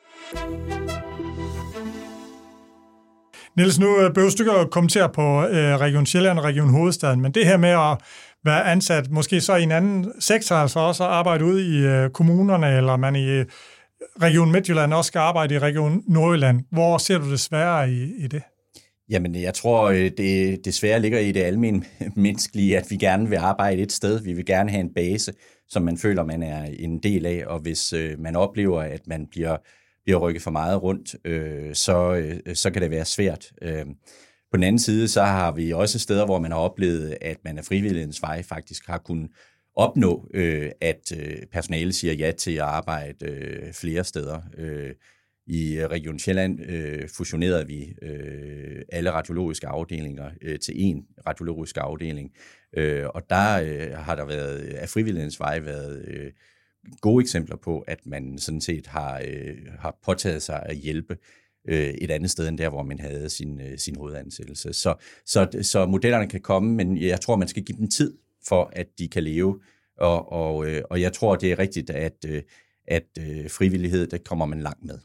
Niels, nu behøver du ikke at kommentere på Region Sjælland og Region Hovedstaden, men det her med at være ansat måske så i en anden sektor, altså også arbejde ude i kommunerne, eller man i Region Midtjylland også skal arbejde i Region Nordjylland. Hvor ser du det sværere i det? Jamen, jeg tror, det desværre ligger i det almenmenneskelige, at vi gerne vil arbejde et sted. Vi vil gerne have en base, som man føler, man er en del af, og hvis man oplever, at man bliver rykket for meget rundt, så kan det være svært. På den anden side, så har vi også steder, hvor man har oplevet, at man af frivillighedens vej faktisk har kunnet opnå, at personale siger ja til at arbejde flere steder. I Region Sjælland fusionerede vi alle radiologiske afdelinger til én radiologisk afdeling, og der har der været af frivillighedens vej været gode eksempler på, at man sådan set har påtaget sig at hjælpe et andet sted end der, hvor man havde sin hovedansættelse. Så modellerne kan komme, men jeg tror, man skal give dem tid for, at de kan leve Og jeg tror, det er rigtigt, at frivillighed, det kommer man langt med.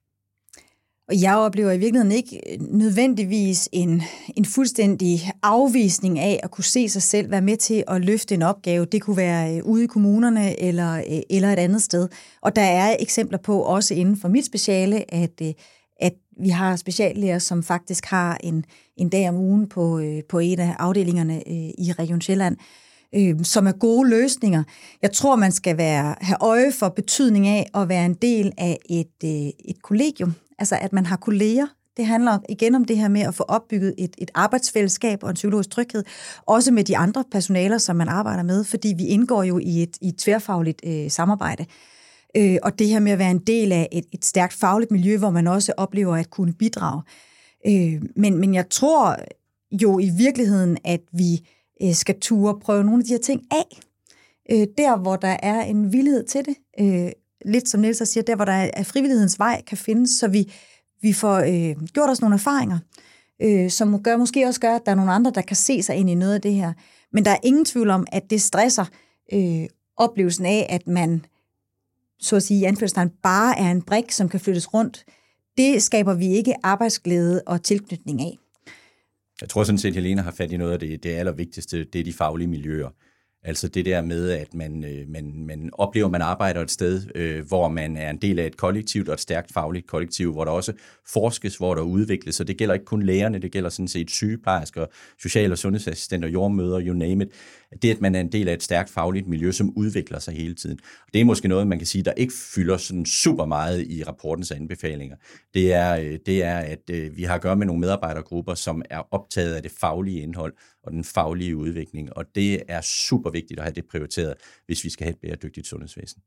Og jeg oplever i virkeligheden ikke nødvendigvis en fuldstændig afvisning af at kunne se sig selv være med til at løfte en opgave. Det kunne være ude i kommunerne eller et andet sted. Og der er eksempler på, også inden for mit speciale, at vi har speciallæger, som faktisk har en dag om ugen på en af afdelingerne i Region Sjælland, som er gode løsninger. Jeg tror, man skal have øje for betydning af at være en del af et kollegium. Altså, at man har kolleger. Det handler igen om det her med at få opbygget et arbejdsfællesskab og en psykologisk tryghed, også med de andre personaler, som man arbejder med, fordi vi indgår jo i et tværfagligt samarbejde. Og det her med at være en del af et stærkt fagligt miljø, hvor man også oplever at kunne bidrage. Men jeg tror jo i virkeligheden, at vi skal turde prøve nogle af de her ting af. Der, hvor der er en villighed til det. Lidt som Niels siger, der, hvor der er frivillighedens vej kan findes, så vi får gjort os nogle erfaringer, som måske også gør, at der er nogle andre, der kan se sig ind i noget af det her. Men der er ingen tvivl om, at det stresser oplevelsen af, at man, så at sige i anførselstegn, bare er en brik, som kan flyttes rundt. Det skaber vi ikke arbejdsglæde og tilknytning af. Jeg tror sådan set, at Helena har fat i noget af det allervigtigste, det er de faglige miljøer. Altså det der med, at man oplever, at man arbejder et sted, hvor man er en del af et kollektivt og et stærkt fagligt kollektiv, hvor der også forskes, hvor der udvikles, og det gælder ikke kun lægerne, det gælder sådan set sygeplejersker, social- og sundhedsassistenter, jordmødre, you name it. Det, at man er en del af et stærkt fagligt miljø, som udvikler sig hele tiden. Og det er måske noget, man kan sige, der ikke fylder sådan super meget i rapportens anbefalinger. Det er, at vi har at gøre med nogle medarbejdergrupper, som er optaget af det faglige indhold og den faglige udvikling, og det er super vigtigt at have det prioriteret, hvis vi skal have et bæredygtigt sundhedsvæsen.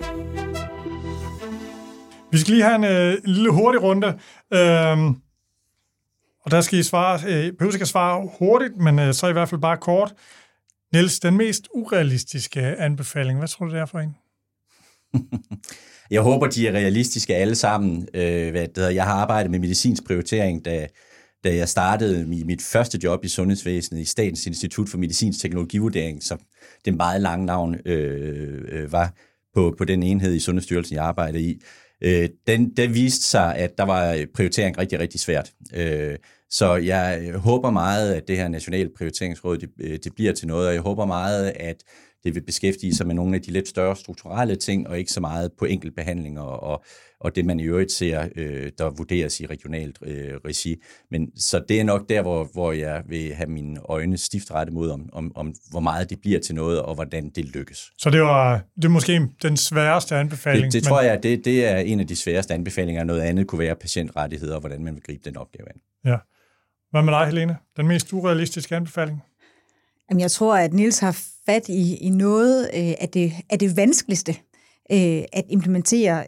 Vi skal lige have en lille hurtig runde, og der skal I svare, behøver ikke at svare hurtigt, men så i hvert fald bare kort. Niels, den mest urealistiske anbefaling, hvad tror du det er for en? Jeg håber, de er realistiske alle sammen. Jeg har arbejdet med medicinsk prioritering, da jeg startede mit første job i sundhedsvæsenet i Statens Institut for Medicinsk Teknologivurdering, som det meget lange navn var på den enhed i Sundhedsstyrelsen, jeg arbejdede i. Den viste sig, at der var prioritering rigtig, rigtig svært. Så jeg håber meget, at det her nationale prioriteringsråd, det bliver til noget, og jeg håber meget, at det vil beskæftige sig med nogle af de lidt større strukturelle ting, og ikke så meget på enkeltbehandlinger og det, man i øvrigt ser, der vurderes i regionalt regi. Men så det er nok der, hvor jeg vil have mine øjne stift rettet mod, om hvor meget det bliver til noget, og hvordan det lykkes. Så det er måske den sværeste anbefaling? Det tror jeg, det er en af de sværeste anbefalinger. Noget andet kunne være patientrettigheder, og hvordan man vil gribe den opgave an. Ja. Hvad med dig, Helene? Den mest urealistiske anbefaling? Jamen, jeg tror, at Niels har fat i noget af det vanskeligste at implementere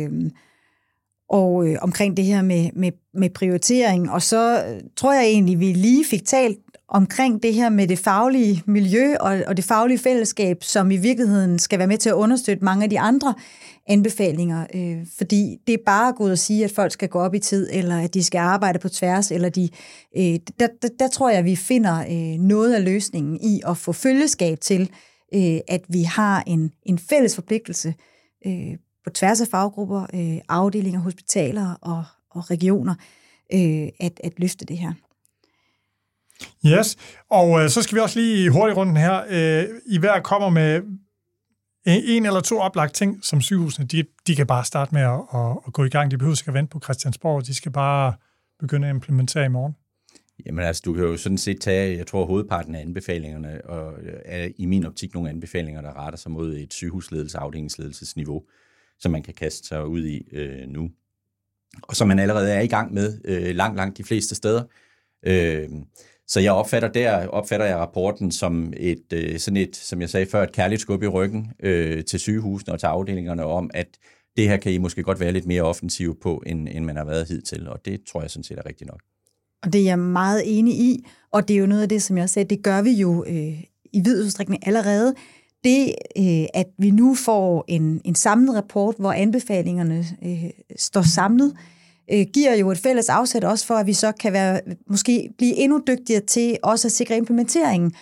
og omkring det her med prioritering. Og så tror jeg egentlig, vi lige fik talt omkring det her med det faglige miljø og det faglige fællesskab, som i virkeligheden skal være med til at understøtte mange af de andre anbefalinger. Fordi det er bare gået at sige, at folk skal gå op i tid, eller at de skal arbejde på tværs, eller der tror jeg, vi finder noget af løsningen i at få følgeskab til, at vi har en fælles forpligtelse på tværs af faggrupper, afdelinger, hospitaler og regioner, at løfte det her. Yes, og så skal vi også lige hurtigt runden her. I hver kommer med en eller to oplagt ting, som sygehusene, de kan bare starte med at gå i gang. De behøver ikke at vente på Christiansborg, de skal bare begynde at implementere i morgen. Jamen altså, du kan jo sådan set tage, jeg tror, hovedparten af anbefalingerne, og er i min optik nogle anbefalinger, der retter sig mod et sygehusledelse- og afdelingsledelsesniveau, som man kan kaste sig ud i nu. Og som man allerede er i gang med langt de fleste steder. Så jeg opfatter jeg rapporten som sådan et, som jeg sagde før, et kærligt skub i ryggen til sygehusene og til afdelingerne om, at det her kan I måske godt være lidt mere offensiv på, end man har været hidtil, og det tror jeg sådan set er rigtigt nok. Og det er jeg meget enig i, og det er jo noget af det, som jeg sagde, det gør vi jo i vid udstrækning allerede. Det, at vi nu får en samlet rapport, hvor anbefalingerne står samlet, giver jo et fælles afsæt også for, at vi så kan måske blive endnu dygtigere til også at sikre implementeringen.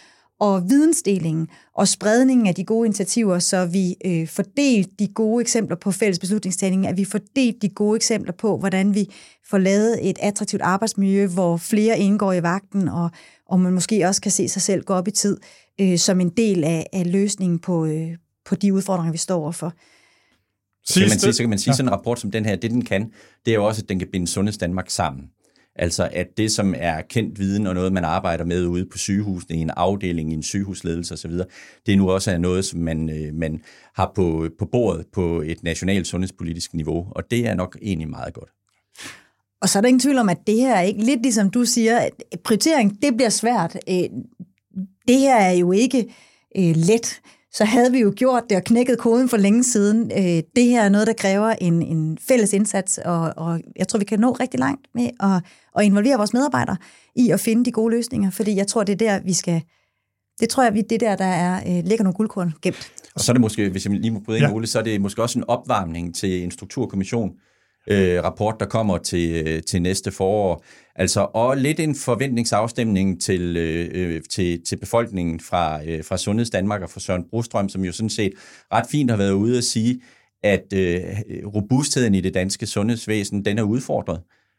og vidensdelingen og spredningen af de gode initiativer, så vi fordeler de gode eksempler på fælles beslutningstagning, at vi fordeler de gode eksempler på, hvordan vi får lavet et attraktivt arbejdsmiljø, hvor flere indgår i vagten, og man måske også kan se sig selv gå op i tid som en del af løsningen på de udfordringer, vi står overfor. Så kan man sige sådan en rapport som den her, det den kan, det er jo også, at den kan binde Sundhedsdanmark sammen. Altså at det, som er kendt viden og noget, man arbejder med ude på sygehusene, i en afdeling, i en sygehusledelse osv., det nu også er noget, som man har på bordet på et nationalt sundhedspolitisk niveau, og det er nok egentlig meget godt. Og så er der ingen tvivl om, at det her er ikke, lidt ligesom du siger, at prioritering, det bliver svært. Det her er jo ikke let. Så havde vi jo gjort det og knækket koden for længe siden. Det her er noget, der kræver en fælles indsats, og jeg tror, vi kan nå rigtig langt med at involvere vores medarbejdere i at finde de gode løsninger, fordi jeg tror, det er der, vi skal... Det tror jeg, det der ligger nogle guldkorn gemt. Og så er det måske, hvis jeg lige må bryde ind, Ole, så er det måske også en opvarmning til en strukturkommission, rapport, der kommer til næste forår. Altså, og lidt en forventningsafstemning til befolkningen fra Sundhedsdanmark og fra Søren Brostrøm, som jo sådan set ret fint har været ude at sige, at robustheden i det danske sundhedsvæsen, den er udfordret.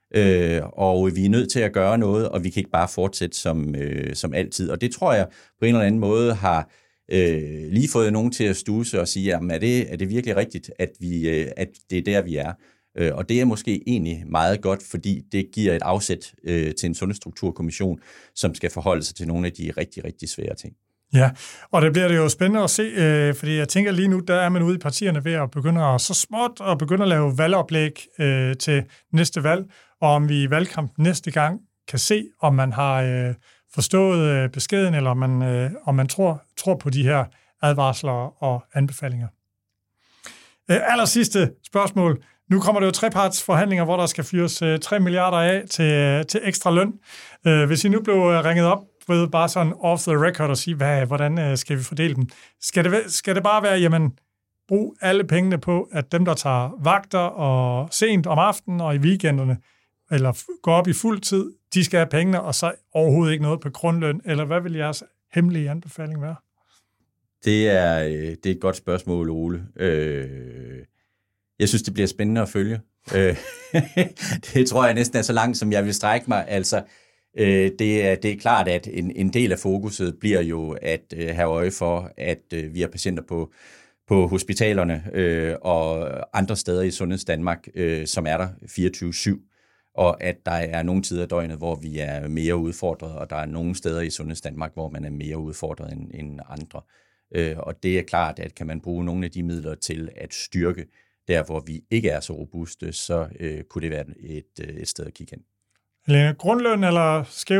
Og vi er nødt til at gøre noget, og vi kan ikke bare fortsætte som altid. Og det tror jeg på en eller anden måde har lige fået nogen til at studse og sige, jamen, er det virkelig rigtigt, at det er der, vi er? Og det er måske egentlig meget godt, fordi det giver et afsæt til en sundhedsstrukturkommission, som skal forholde sig til nogle af de rigtig, rigtig svære ting. Ja, og det bliver det jo spændende at se, fordi jeg tænker lige nu, der er man ude i partierne ved at begynde at lave valgoplæg til næste valg, og om vi i valgkampen næste gang kan se, om man har forstået beskeden, eller om man tror på de her advarsler og anbefalinger. Allersidste spørgsmål. Nu kommer det jo trepartsforhandlinger, hvor der skal fyres 3 milliarder af til ekstra løn. Hvis I nu blev ringet op, ved bare sådan off the record og sige, hvordan skal vi fordele dem? Skal det bare være, jamen, brug alle pengene på, at dem, der tager vagter og sent om aftenen og i weekenderne, eller går op i fuld tid, de skal have pengene, og så overhovedet ikke noget på grundløn, eller hvad vil jeres hemmelige anbefaling være? Det er et godt spørgsmål, Ole. Jeg synes, det bliver spændende at følge. Det tror jeg næsten er så langt, som jeg vil strække mig. Altså, det er klart, at en del af fokuset bliver jo at have øje for, at vi har patienter på hospitalerne og andre steder i Sundhedsdanmark, som er der 24/7, og at der er nogle tider af døgnet, hvor vi er mere udfordret, og der er nogle steder i Sundhedsdanmark, hvor man er mere udfordret end andre. Og det er klart, at kan man bruge nogle af de midler til at styrke der, hvor vi ikke er så robuste, så kunne det være et sted at kigge hen. Helene, grundløn eller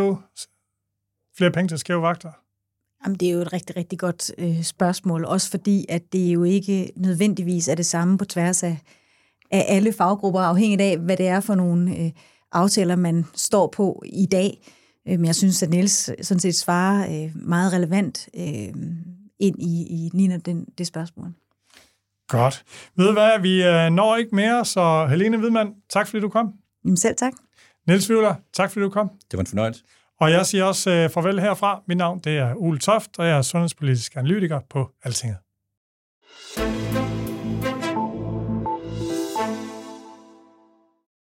flere penge til skæve vagter? Jamen, det er jo et rigtig, rigtig godt spørgsmål, også fordi, at det jo ikke nødvendigvis er det samme på tværs af alle faggrupper, afhængigt af, hvad det er for nogle aftaler, man står på i dag. Men jeg synes, at Niels sådan set svarer meget relevant ind i lige det spørgsmål. Godt. Ved du hvad, vi når ikke mere, så Helene Hvidmann, tak fordi du kom. Jamen selv tak. Niels Wivler, tak fordi du kom. Det var en fornøjelse. Og jeg siger også farvel herfra. Mit navn det er Ole Toft, og jeg er sundhedspolitisk analytiker på Altinget.